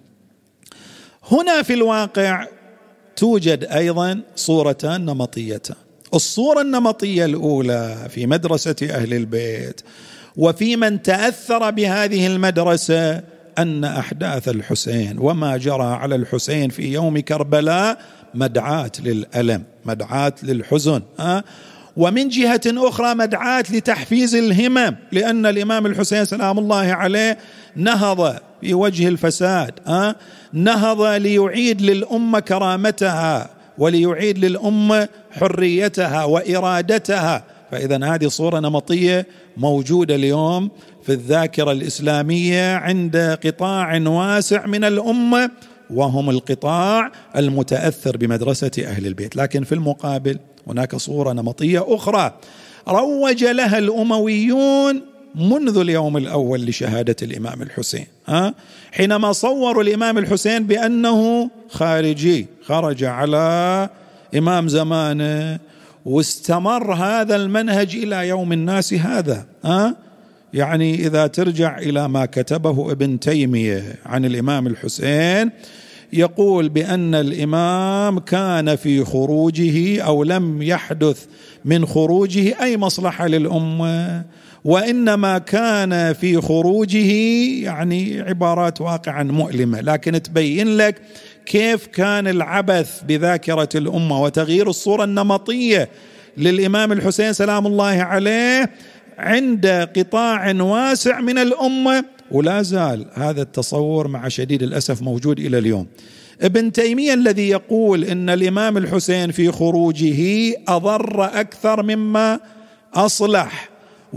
هنا في الواقع توجد أيضا صورتان نمطيتان. الصورة النمطية الأولى في مدرسة أهل البيت وفي من تأثر بهذه المدرسة أن أحداث الحسين وما جرى على الحسين في يوم كربلاء مدعاة للألم، مدعاة للحزن، أه؟ ومن جهة أخرى مدعاة لتحفيز الهمم، لأن الإمام الحسين سلام الله عليه نهض في وجه الفساد، أه؟ نهض ليعيد للأمة كرامتها وليعيد للأمة حريتها وإرادتها. فإذا هذه صورة نمطية موجودة اليوم في الذاكرة الإسلامية عند قطاع واسع من الأمة، وهم القطاع المتأثر بمدرسة أهل البيت. لكن في المقابل هناك صورة نمطية أخرى روج لها الأمويون منذ اليوم الأول لشهادة الإمام الحسين، ها؟ حينما صوروا الإمام الحسين بأنه خارجي، خرج على إمام زمانه، واستمر هذا المنهج إلى يوم الناس هذا. ها؟ يعني إذا ترجع إلى ما كتبه ابن تيمية عن الإمام الحسين، يقول بأن الإمام كان في خروجه أو لم يحدث من خروجه أي مصلحة للأمة، وإنما كان في خروجه يعني عبارات واقعا مؤلمة، لكن تبين لك كيف كان العبث بذاكرة الأمة وتغيير الصورة النمطية للإمام الحسين سلام الله عليه عند قطاع واسع من الأمة، ولا زال هذا التصور مع شديد الأسف موجود إلى اليوم. ابن تيمية الذي يقول إن الإمام الحسين في خروجه أضر أكثر مما أصلح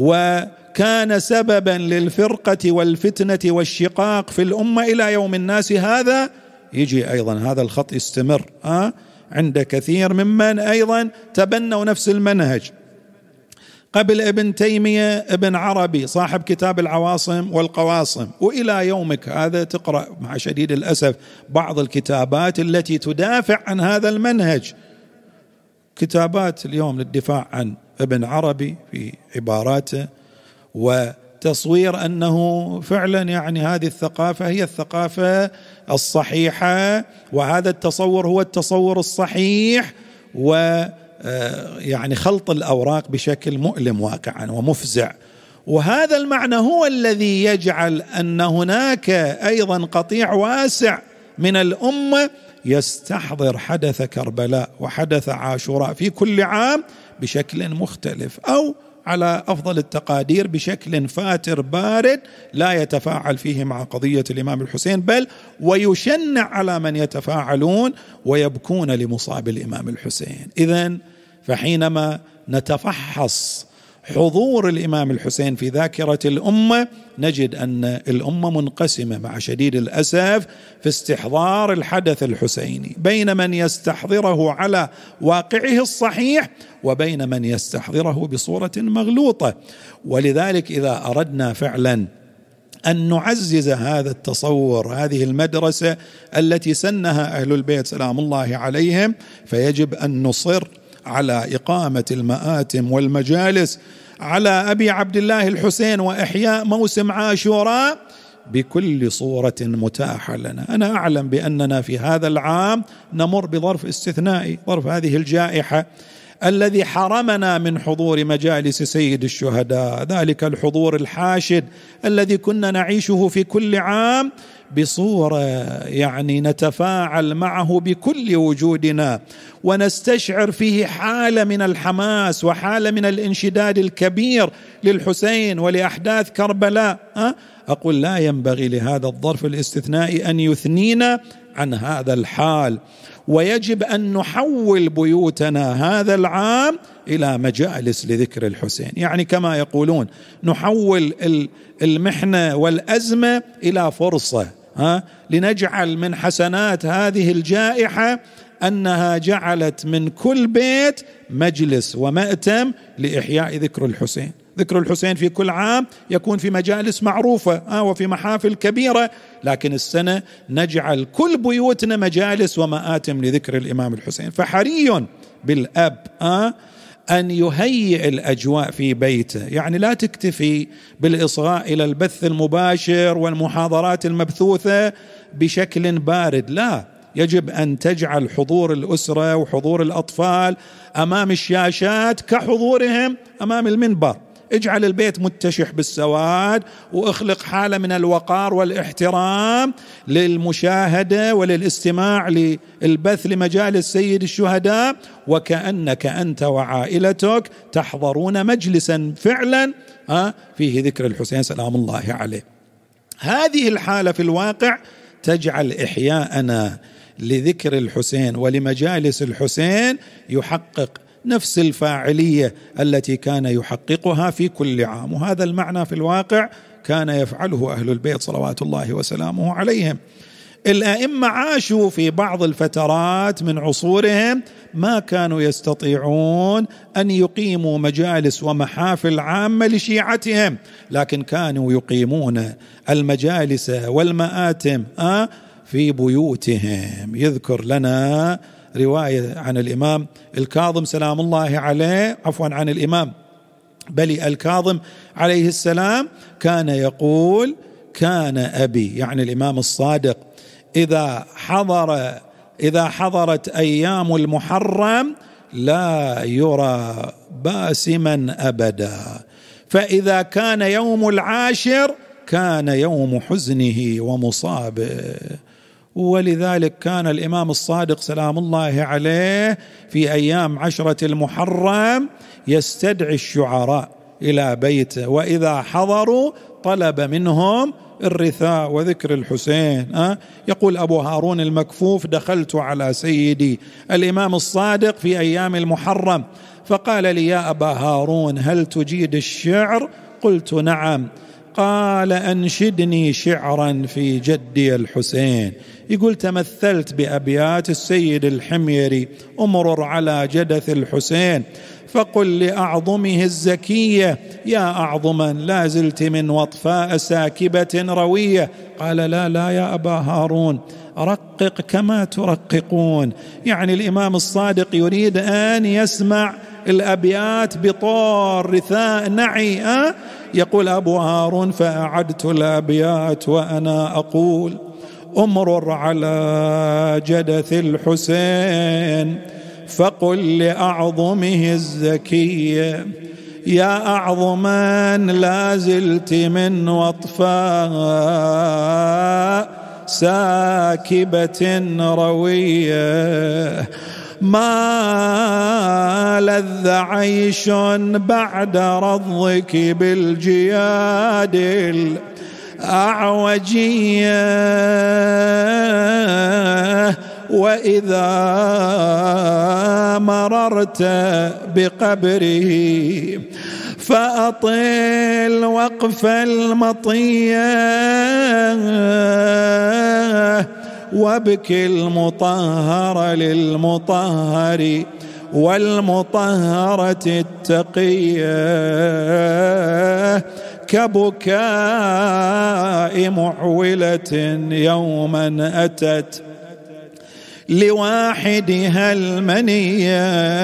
وكان سببا للفرقة والفتنة والشقاق في الأمة إلى يوم الناس هذا، يجي أيضا هذا الخط يستمر أه؟ عند كثير ممن أيضا تبنوا نفس المنهج. قبل ابن تيمية ابن عربي صاحب كتاب العواصم والقواصم، وإلى يومك هذا تقرأ مع شديد الأسف بعض الكتابات التي تدافع عن هذا المنهج، كتابات اليوم للدفاع عن ابن عربي في عباراته وتصوير أنه فعلا يعني هذه الثقافة هي الثقافة الصحيحة وهذا التصور هو التصور الصحيح، و يعني خلط الأوراق بشكل مؤلم واقعا ومفزع. وهذا المعنى هو الذي يجعل أن هناك أيضا قطيع واسع من الأمة يستحضر حدث كربلاء وحدث عاشوراء في كل عام بشكل مختلف، أو على أفضل التقادير بشكل فاتر بارد لا يتفاعل فيه مع قضية الإمام الحسين، بل ويشنع على من يتفاعلون ويبكون لمصاب الإمام الحسين. إذن فحينما نتفحص حضور الإمام الحسين في ذاكرة الأمة نجد أن الأمة منقسمة مع شديد الأسف في استحضار الحدث الحسيني، بين من يستحضره على واقعه الصحيح وبين من يستحضره بصورة مغلوطة. ولذلك إذا أردنا فعلا أن نعزز هذا التصور، هذه المدرسة التي سنها أهل البيت سلام الله عليهم، فيجب أن نصر على إقامة المآتم والمجالس على أبي عبد الله الحسين وإحياء موسم عاشوراء بكل صورة متاحة لنا. أنا أعلم بأننا في هذا العام نمر بظرف استثنائي، ظرف هذه الجائحة الذي حرمنا من حضور مجالس سيد الشهداء، ذلك الحضور الحاشد الذي كنا نعيشه في كل عام بصورة يعني نتفاعل معه بكل وجودنا ونستشعر فيه حالة من الحماس وحالة من الانشداد الكبير للحسين ولأحداث كربلاء. أقول لا ينبغي لهذا الظرف الاستثنائي أن يثنينا عن هذا الحال، ويجب أن نحول بيوتنا هذا العام إلى مجالس لذكر الحسين، يعني كما يقولون نحول المحنة والأزمة إلى فرصة، ها لنجعل من حسنات هذه الجائحة أنها جعلت من كل بيت مجلس ومأتم لإحياء ذكر الحسين. ذكر الحسين في كل عام يكون في مجالس معروفة آه وفي محافل كبيرة، لكن السنة نجعل كل بيوتنا مجالس ومآتم لذكر الإمام الحسين. فحري بالأب آه أن يهيئ الأجواء في بيته، يعني لا تكتفي بالإصغاء إلى البث المباشر والمحاضرات المبثوثة بشكل بارد، لا، يجب أن تجعل حضور الأسرة وحضور الأطفال أمام الشاشات كحضورهم أمام المنبر. اجعل البيت متشح بالسواد وأخلق حالة من الوقار والاحترام للمشاهدة وللاستماع للبث لمجالس سيد الشهداء، وكأنك أنت وعائلتك تحضرون مجلسا فعلا فيه ذكر الحسين سلام الله عليه. هذه الحالة في الواقع تجعل إحياءنا لذكر الحسين ولمجالس الحسين يحقق نفس الفاعلية التي كان يحققها في كل عام، وهذا المعنى في الواقع كان يفعله أهل البيت صلوات الله وسلامه عليهم. الأئمة عاشوا في بعض الفترات من عصورهم ما كانوا يستطيعون أن يقيموا مجالس ومحافل عامة لشيعتهم، لكن كانوا يقيمون المجالس والمآتم في بيوتهم. يذكر لنا رواية عن الإمام الكاظم سلام الله عليه، عفوا عن الإمام بلي الكاظم عليه السلام، كان يقول: كان أبي، يعني الإمام الصادق، إذا حضر إذا حضرت أيام المحرم لا يرى باسما أبدا، فإذا كان يوم العاشر كان يوم حزنه ومصابه. ولذلك كان الإمام الصادق سلام الله عليه في أيام عشرة المحرم يستدعي الشعراء إلى بيته، وإذا حضروا طلب منهم الرثاء وذكر الحسين. أه؟ يقول أبو هارون المكفوف: دخلت على سيدي الإمام الصادق في أيام المحرم فقال لي: يا أبا هارون هل تجيد الشعر؟ قلت: نعم. قال: أنشدني شعرا في جدي الحسين. يقول: تمثلت بأبيات السيد الحميري: أمرر على جدث الحسين فقل لأعظمه الزكية يا أعظما لا زلت من وطفاء ساكبة روية. قال: لا لا يا أبا هارون، رقق كما ترققون. يعني الإمام الصادق يريد أن يسمع الأبيات بطور رثاء نعي. أه؟ يقول أبو هارون: فأعدت الأبيات وأنا أقول: أمرر على جدث الحسين فقل لأعظمه الزكية يا أعظما لا زلت من وطفاء ساكبة روية، ما لذ عيش بعد رضك بالجياد الأعوجية، وإذا مررت بقبره فأطل وقف المطية وابكي المطهر للمطهر والمطهرة التقية كبكاء معولة يوما أتت لواحدها المنية.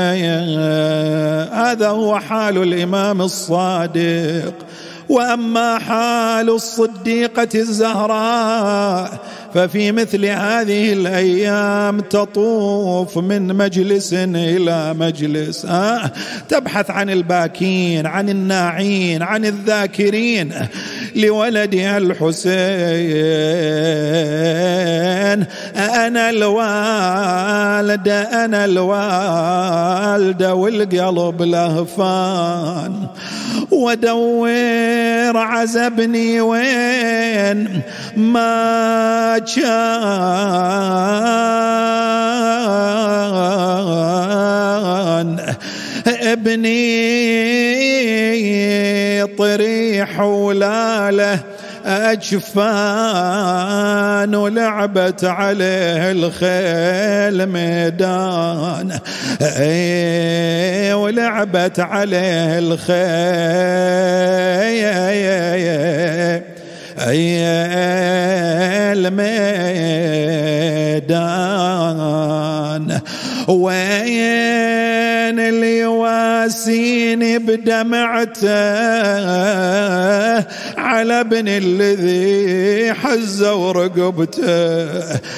هذا هو حال الإمام الصادق. وأما حال الصديقة الزهراء ففي مثل هذه الأيام تطوف من مجلس إلى مجلس، آه تبحث عن الباكين، عن الناعين، عن الذاكرين لولدها الحسين. أنا الوالد أنا الوالد والقلب لهفان، ودور عزبني وين ما كان ابني طريح ولاله أجفان ولعبت عليه الخيل ميدان، ولعبت عليه الخيل الميدان. وين اللي يواسيني بدمعته على ابن الذي حزوا رقبته،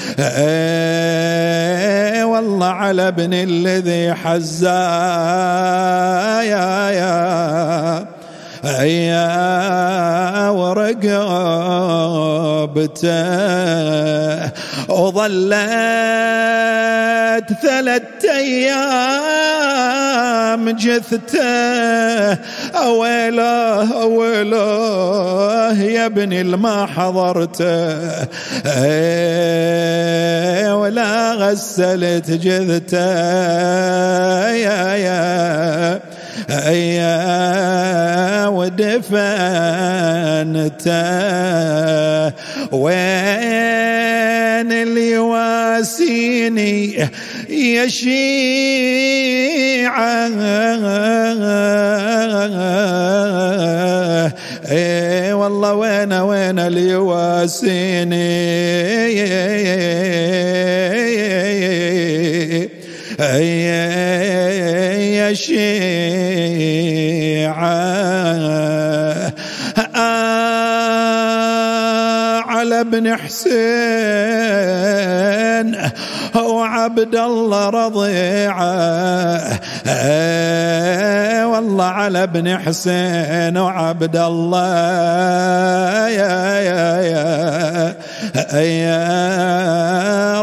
اي والله على ابن الذي حزا يا يا يا ورقبته. وظلت ثلاثة أيام جثته أويله أويله يا ابني ما حضرته، ولا غسلت جثته يا يا يا ودفنته. وين اللي يواسيني يا شيعة اي والله وين وين اللي يواسيني يا شيعة على ابن حسين وعبد الله رضيعه، والله على ابن حسين وعبد الله يا يا يا يا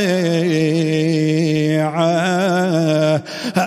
رضيعه.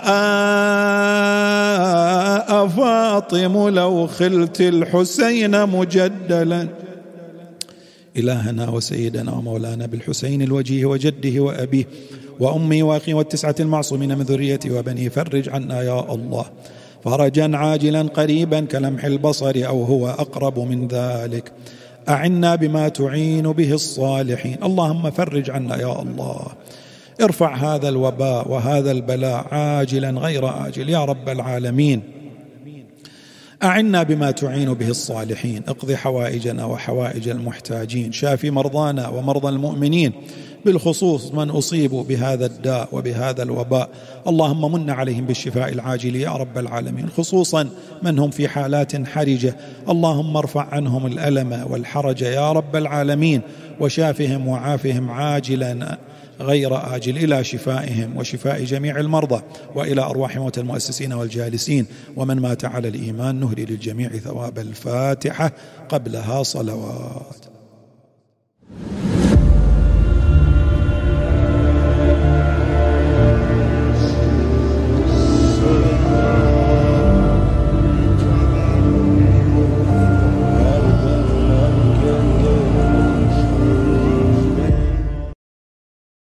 أفاطم لو خلت الحسين مجدلا، إلهنا وسيدنا ومولانا بالحسين الوجيه وجده وأبيه وأمي وأخي والتسعة المعصومين من ذريتي وبني، فرج عنا يا الله فرجا عاجلا قريبا كلمح البصر أو هو أقرب من ذلك. أعنا بما تعين به الصالحين، اللهم فرج عنا يا الله، ارفع هذا الوباء وهذا البلاء عاجلا غير آجل يا رب العالمين. أعنا بما تعين به الصالحين، اقض حوائجنا وحوائج المحتاجين، شافي مرضانا ومرضى المؤمنين، بالخصوص من أصيبوا بهذا الداء وبهذا الوباء، اللهم من عليهم بالشفاء العاجل يا رب العالمين، خصوصا من هم في حالات حرجة، اللهم ارفع عنهم الألم والحرج يا رب العالمين، وشافهم وعافهم عاجلا غير آجل إلى شفائهم وشفاء جميع المرضى، وإلى أرواح موتى المؤسسين والجالسين، ومن مات على الإيمان نهدي للجميع ثواب الفاتحة قبلها صلوات.